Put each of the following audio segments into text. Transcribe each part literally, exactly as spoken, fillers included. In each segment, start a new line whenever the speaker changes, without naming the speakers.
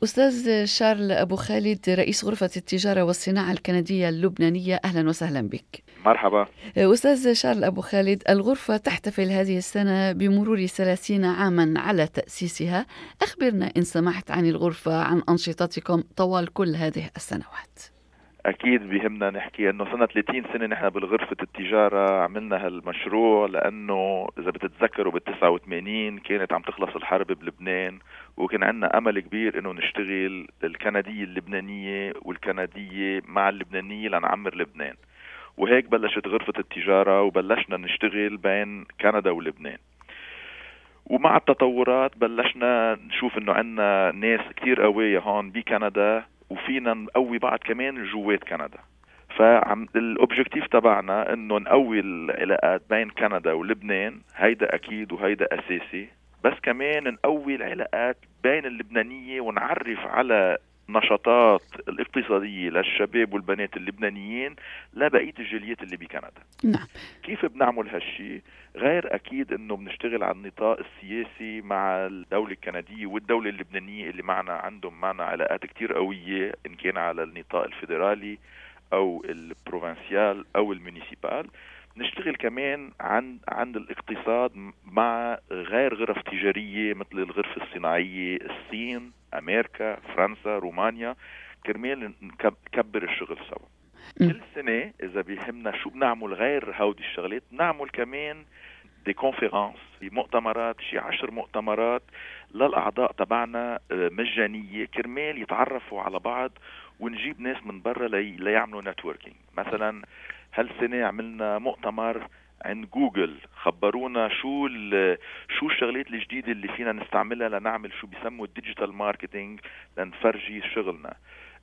أستاذ شارل أبو خالد، رئيس غرفة التجارة والصناعة الكندية اللبنانية، أهلا وسهلا بك.
مرحبا.
أستاذ شارل أبو خالد، الغرفة تحتفل هذه السنة بمرور ثلاثين عاما على تأسيسها. أخبرنا إن سمحت عن الغرفة، عن أنشطتكم طوال كل هذه السنوات.
أكيد بيهمنا نحكي أنه صرنا ثلاثين سنة نحن بالغرفة التجارة عملنا هالمشروع، لأنه إذا بتتذكروا بالتسعة وثمانين كانت عم تخلص الحرب بلبنان، وكان عندنا أمل كبير أنه نشتغل الكندية اللبنانية والكندية مع اللبنانية لنعمر لبنان، وهيك بلشت غرفة التجارة وبلشنا نشتغل بين كندا ولبنان. ومع التطورات بلشنا نشوف انه عندنا ناس كتير قوية هون بكندا وفينا نقوي بعض كمان جوات كندا. فعم الاوبجكتيف تبعنا انه نقوي العلاقات بين كندا ولبنان، هيدا اكيد وهيدا اساسي، بس كمان نقوي العلاقات بين اللبنانية ونعرف على نشاطات الاقتصادية للشباب والبنات اللبنانيين لبقية الجاليات اللي بكندا.
نعم.
كيف بنعمل هالشي؟ غير أكيد أنه بنشتغل على النطاق السياسي مع الدولة الكندية والدولة اللبنانية اللي معنا، عندهم معنا علاقات كتير قوية، إن كان على النطاق الفيدرالي أو البروفنسيال أو المونيسيبال. نشتغل كمان عن عند الاقتصاد مع غير غرف تجارية مثل الغرفة الصناعية، الصين، أمريكا، فرنسا، رومانيا، كرمال نكبر الشغل سوا. كل سنة إذا بيهمنا شو بنعمل غير هودي الشغلات، بنعمل كمان دي كونفيرانس، مؤتمرات، شي عشر مؤتمرات للأعضاء تبعنا مجانية، كرمال يتعرفوا على بعض ونجيب ناس من برا لي ليعملوا نتوركينج. مثلا هالسنة عملنا مؤتمر عند جوجل، خبرونا شو شو الشغلات الجديدة اللي فينا نستعملها لنعمل شو بيسموا الديجيتال ماركتينج لنفرجي شغلنا.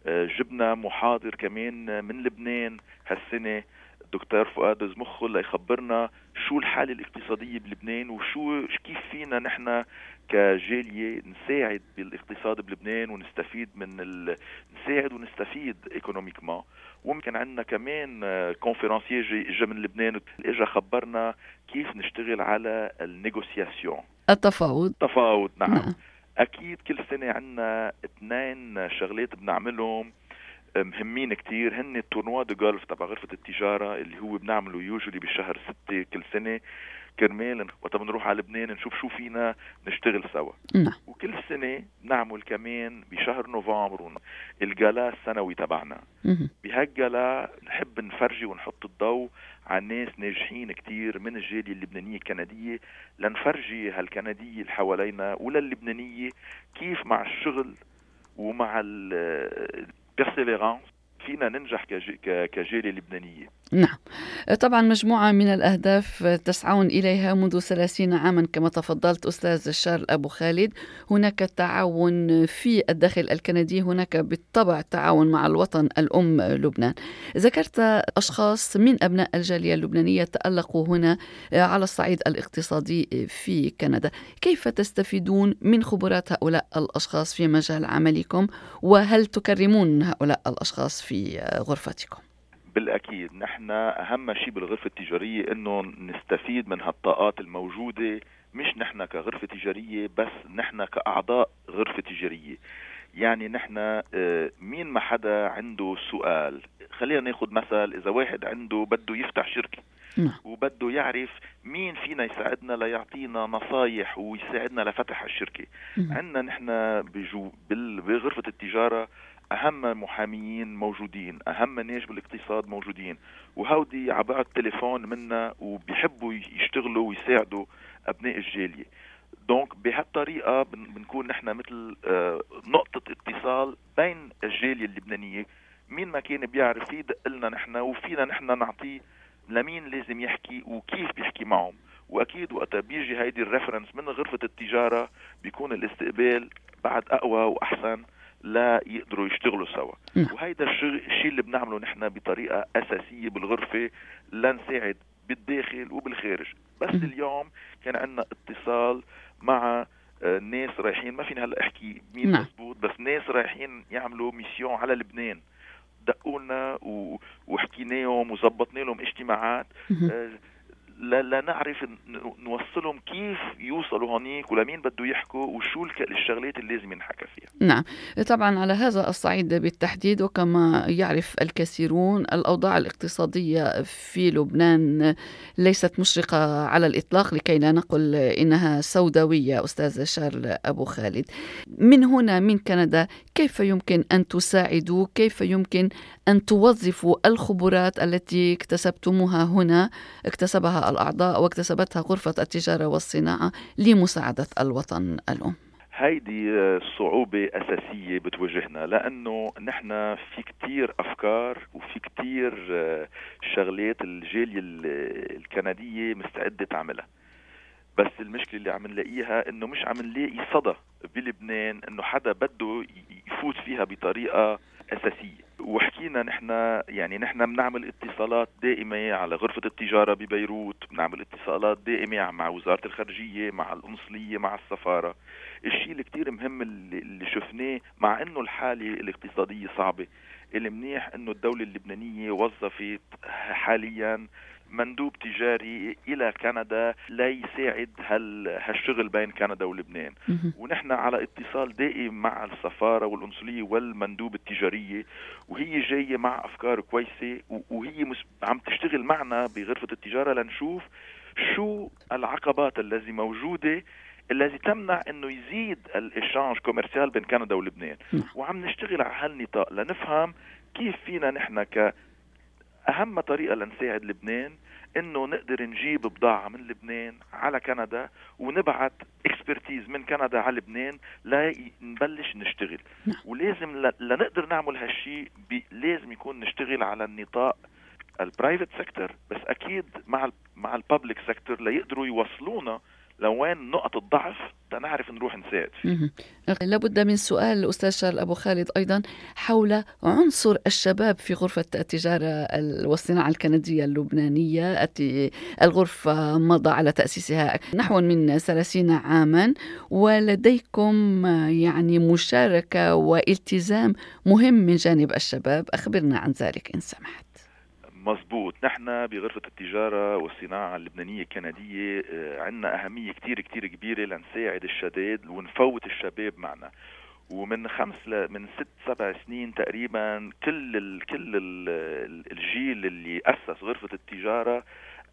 جبنا محاضر كمان من لبنان هالسنة، دكتور فؤاد زمخل، ليخبرنا شو الحالة الاقتصادية بلبنان وشو كيف فينا نحن كجالية نساعد بالاقتصاد بلبنان ونستفيد من ال... نساعد ونستفيد ايكونوميكما. وممكن عندنا كمان كونفرنسية جا من لبنان اجا خبرنا كيف نشتغل على النيغوسياسيون،
التفاوض.
التفاوض. نعم.
نعم.
أكيد كل سنة عنا اثنين شغلات بنعملهم مهمين كتير، هن التورنوا دو جولف تبع غرفة التجارة اللي هو بنعمله يوجولي بشهر ستة كل سنة، كرمال وقت بنروح على لبنان نشوف شو فينا نشتغل سوا.
نعم.
وكل سنة نعمل كمان بشهر نوفمبر الجالا السنوي تبعنا. بهالجالا نحب نفرجي ونحط الضوء على ناس ناجحين كتير من الجالية اللبنانية الكندية، لنفرجي هالكندية اللي حوالينا وللبنانية كيف مع الشغل ومع البرسيفيرانس فينا ننجح كجالية لبنانية.
نعم. طبعا مجموعة من الأهداف تسعون إليها منذ ثلاثين عاما كما تفضلت أستاذ شارل أبو خالد. هناك التعاون في الداخل الكندي، هناك بالطبع تعاون مع الوطن الأم لبنان. ذكرت أشخاص من أبناء الجالية اللبنانية تألقوا هنا على الصعيد الاقتصادي في كندا. كيف تستفيدون من خبرات هؤلاء الأشخاص في مجال عملكم، وهل تكرمون هؤلاء الأشخاص في غرفتكم؟
بالأكيد نحن أهم شيء بالغرفة التجارية إنه نستفيد من هالطاقات الموجودة، مش نحن كغرفة تجارية بس، نحن كأعضاء غرفة تجارية. يعني نحن مين ما حدا عنده سؤال، خلينا ناخد مثل، إذا واحد عنده بده يفتح شركة وبده يعرف مين فينا يساعدنا ليعطينا نصايح ويساعدنا لفتح الشركة، عندنا نحن بجو بغرفة التجارة أهم محاميين موجودين، أهم ناس بالاقتصاد موجودين، وهودي عبارة تليفون منا وبيحبوا يشتغلوا ويساعدوا أبناء الجالية. دونك بهالطريقة بنكون نحن مثل نقطة اتصال بين الجالية اللبنانية، مين ما كان بيعرف يدق لنا نحن وفينا نحن نعطيه لمين لازم يحكي وكيف بيحكي معهم. وأكيد وقت بيجي هيدي الريفرنس من غرفة التجارة بيكون الاستقبال بعد أقوى وأحسن لا يقدروا يشتغلوا سوا. وهيدا الشيء اللي بنعمله نحن بطريقة أساسية بالغرفة لنساعد بالداخل وبالخارج. بس اليوم كان عندنا اتصال مع ناس رايحين، ما فينا هلا احكي مين مزبوط، بس ناس رايحين يعملوا ميسيون على لبنان، دقونا وحكيناهم وزبطنا لهم اجتماعات لنعرف نوصلهم كيف يوصلوا هونيك ولمين بده يحكوا وشو الشغلات اللي لازم ينحكى فيها.
نعم، طبعا على هذا الصعيد بالتحديد، وكما يعرف الكثيرون الأوضاع الاقتصادية في لبنان ليست مشرقة على الإطلاق، لكي لا نقل إنها سوداوية أستاذ شارل أبو خالد. من هنا من كندا كيف يمكن أن تساعدوا، كيف يمكن أن توظفوا الخبرات التي اكتسبتموها هنا، اكتسبها الأعضاء واكتسبتها غرفة التجارة والصناعة لمساعدة الوطن الأم؟
هيدي صعوبة أساسية بتواجهنا، لأنه نحن في كتير أفكار وفي كتير شغلات الجالية الكندية مستعدة تعملها، بس المشكلة اللي عم نلاقيها إنه مش عم نلاقي صدى بلبنان إنه حدا بده يفوت فيها بطريقة أساسية. وحكينا نحن يعني نحن بنعمل اتصالات دائمة على غرفة التجارة ببيروت، بنعمل اتصالات دائمة مع وزارة الخارجية، مع القنصلية، مع السفارة. الشيء اللي كتير مهم اللي شفناه، مع إنه الحالة الاقتصادية صعبة، اللي منيح إنه الدولة اللبنانية وظفت حاليا مندوب تجاري إلى كندا لا يساعد هال هالشغل بين كندا ولبنان. ونحن على اتصال دائم مع السفارة والقنصلية والمندوب التجارية، وهي جاية مع أفكار كويسة، وهي عم تشتغل معنا بغرفة التجارة لنشوف شو العقبات التي موجودة الذي تمنع انه يزيد الاشانج كوميرسيال بين كندا ولبنان. وعم نشتغل على هالنطاق لنفهم كيف فينا نحن ك أهم طريقة لنساعد لبنان إنه نقدر نجيب بضاعة من لبنان على كندا ونبعت اكسبرتيز من كندا على لبنان لنبلش نشتغل. ولازم لنقدر نعمل هالشي لازم يكون نشتغل على النطاق البرايفت سيكتور، بس أكيد مع مع البابليك سيكتور ليقدروا يوصلونا لوين نقط الضعف تنعرف نروح نساعد فيه.
لابد من سؤال الأستاذ شارل أبو خالد أيضا حول عنصر الشباب في غرفة التجارة والصناعة الكندية اللبنانية. الغرفة مضى على تأسيسها نحو من ثلاثين عاما، ولديكم يعني مشاركة والتزام مهم من جانب الشباب. أخبرنا عن ذلك إن سمحت.
مظبوط، نحن بغرفة التجارة والصناعة اللبنانية الكندية عندنا أهمية كتير كتير كبيرة لنساعد الشباب ونفوت الشباب معنا. ومن خمس ل... من ست سبع سنين تقريبا كل ال... كل ال... الجيل اللي أسس غرفة التجارة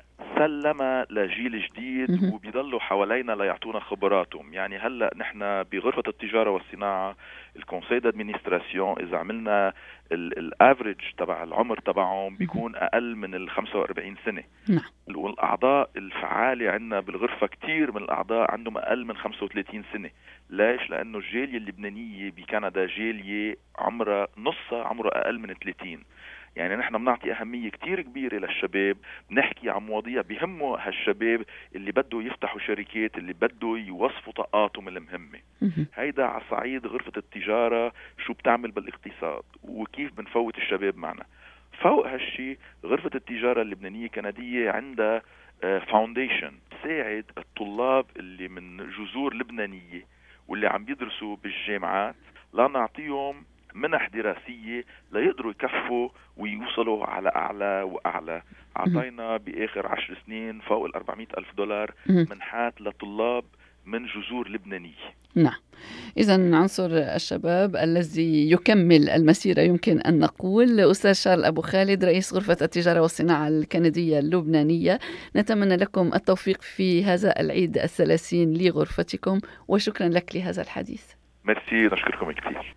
سلم لجيل جديد وبيضلوا حوالينا ليعطونا خبراتهم. يعني هلا نحن بغرفة التجارة والصناعة الكونسي دادمينستراسيون إذا عملنا الافريج تبع العمر تبعهم بيكون أقل من ال خمسة وأربعين سنة. والأعضاء الفعالة عندنا بالغرفة كتير من الأعضاء عندهم أقل من خمسة وثلاثين سنة. ليش؟ لأنه الجالية اللبنانية بكندا جالية عمرها نصها عمره أقل من ثلاثين. يعني نحن بنعطي أهمية كتير كبيرة للشباب، بنحكي عن مواضيع بيهموا هالشباب اللي بده يفتحوا شركات، اللي بده يوصفوا طاقاتهم المهمة. هيدا على صعيد غرفة التجارة شو بتعمل بالاقتصاد وكيف بنفوت الشباب معنا. فوق هالشي غرفة التجارة اللبنانية الكندية عندها فاونديشن تساعد الطلاب اللي من جذور لبنانية واللي عم بيدرسوا بالجامعات لا نعطيهم منح دراسية ليقدروا يكفوا ويوصلوا على أعلى وأعلى. عطينا بآخر عشر سنين فوق الأربعمائة ألف دولار منحات لطلاب من جذور لبنانية.
نعم، إذن عنصر الشباب الذي يكمل المسيرة يمكن أن نقول. أستاذ شارل أبو خالد رئيس غرفة التجارة والصناعة الكندية اللبنانية، نتمنى لكم التوفيق في هذا العيد الثلاثين لغرفتكم، وشكرا لك لهذا الحديث.
ميرسي، نشكركم كثير.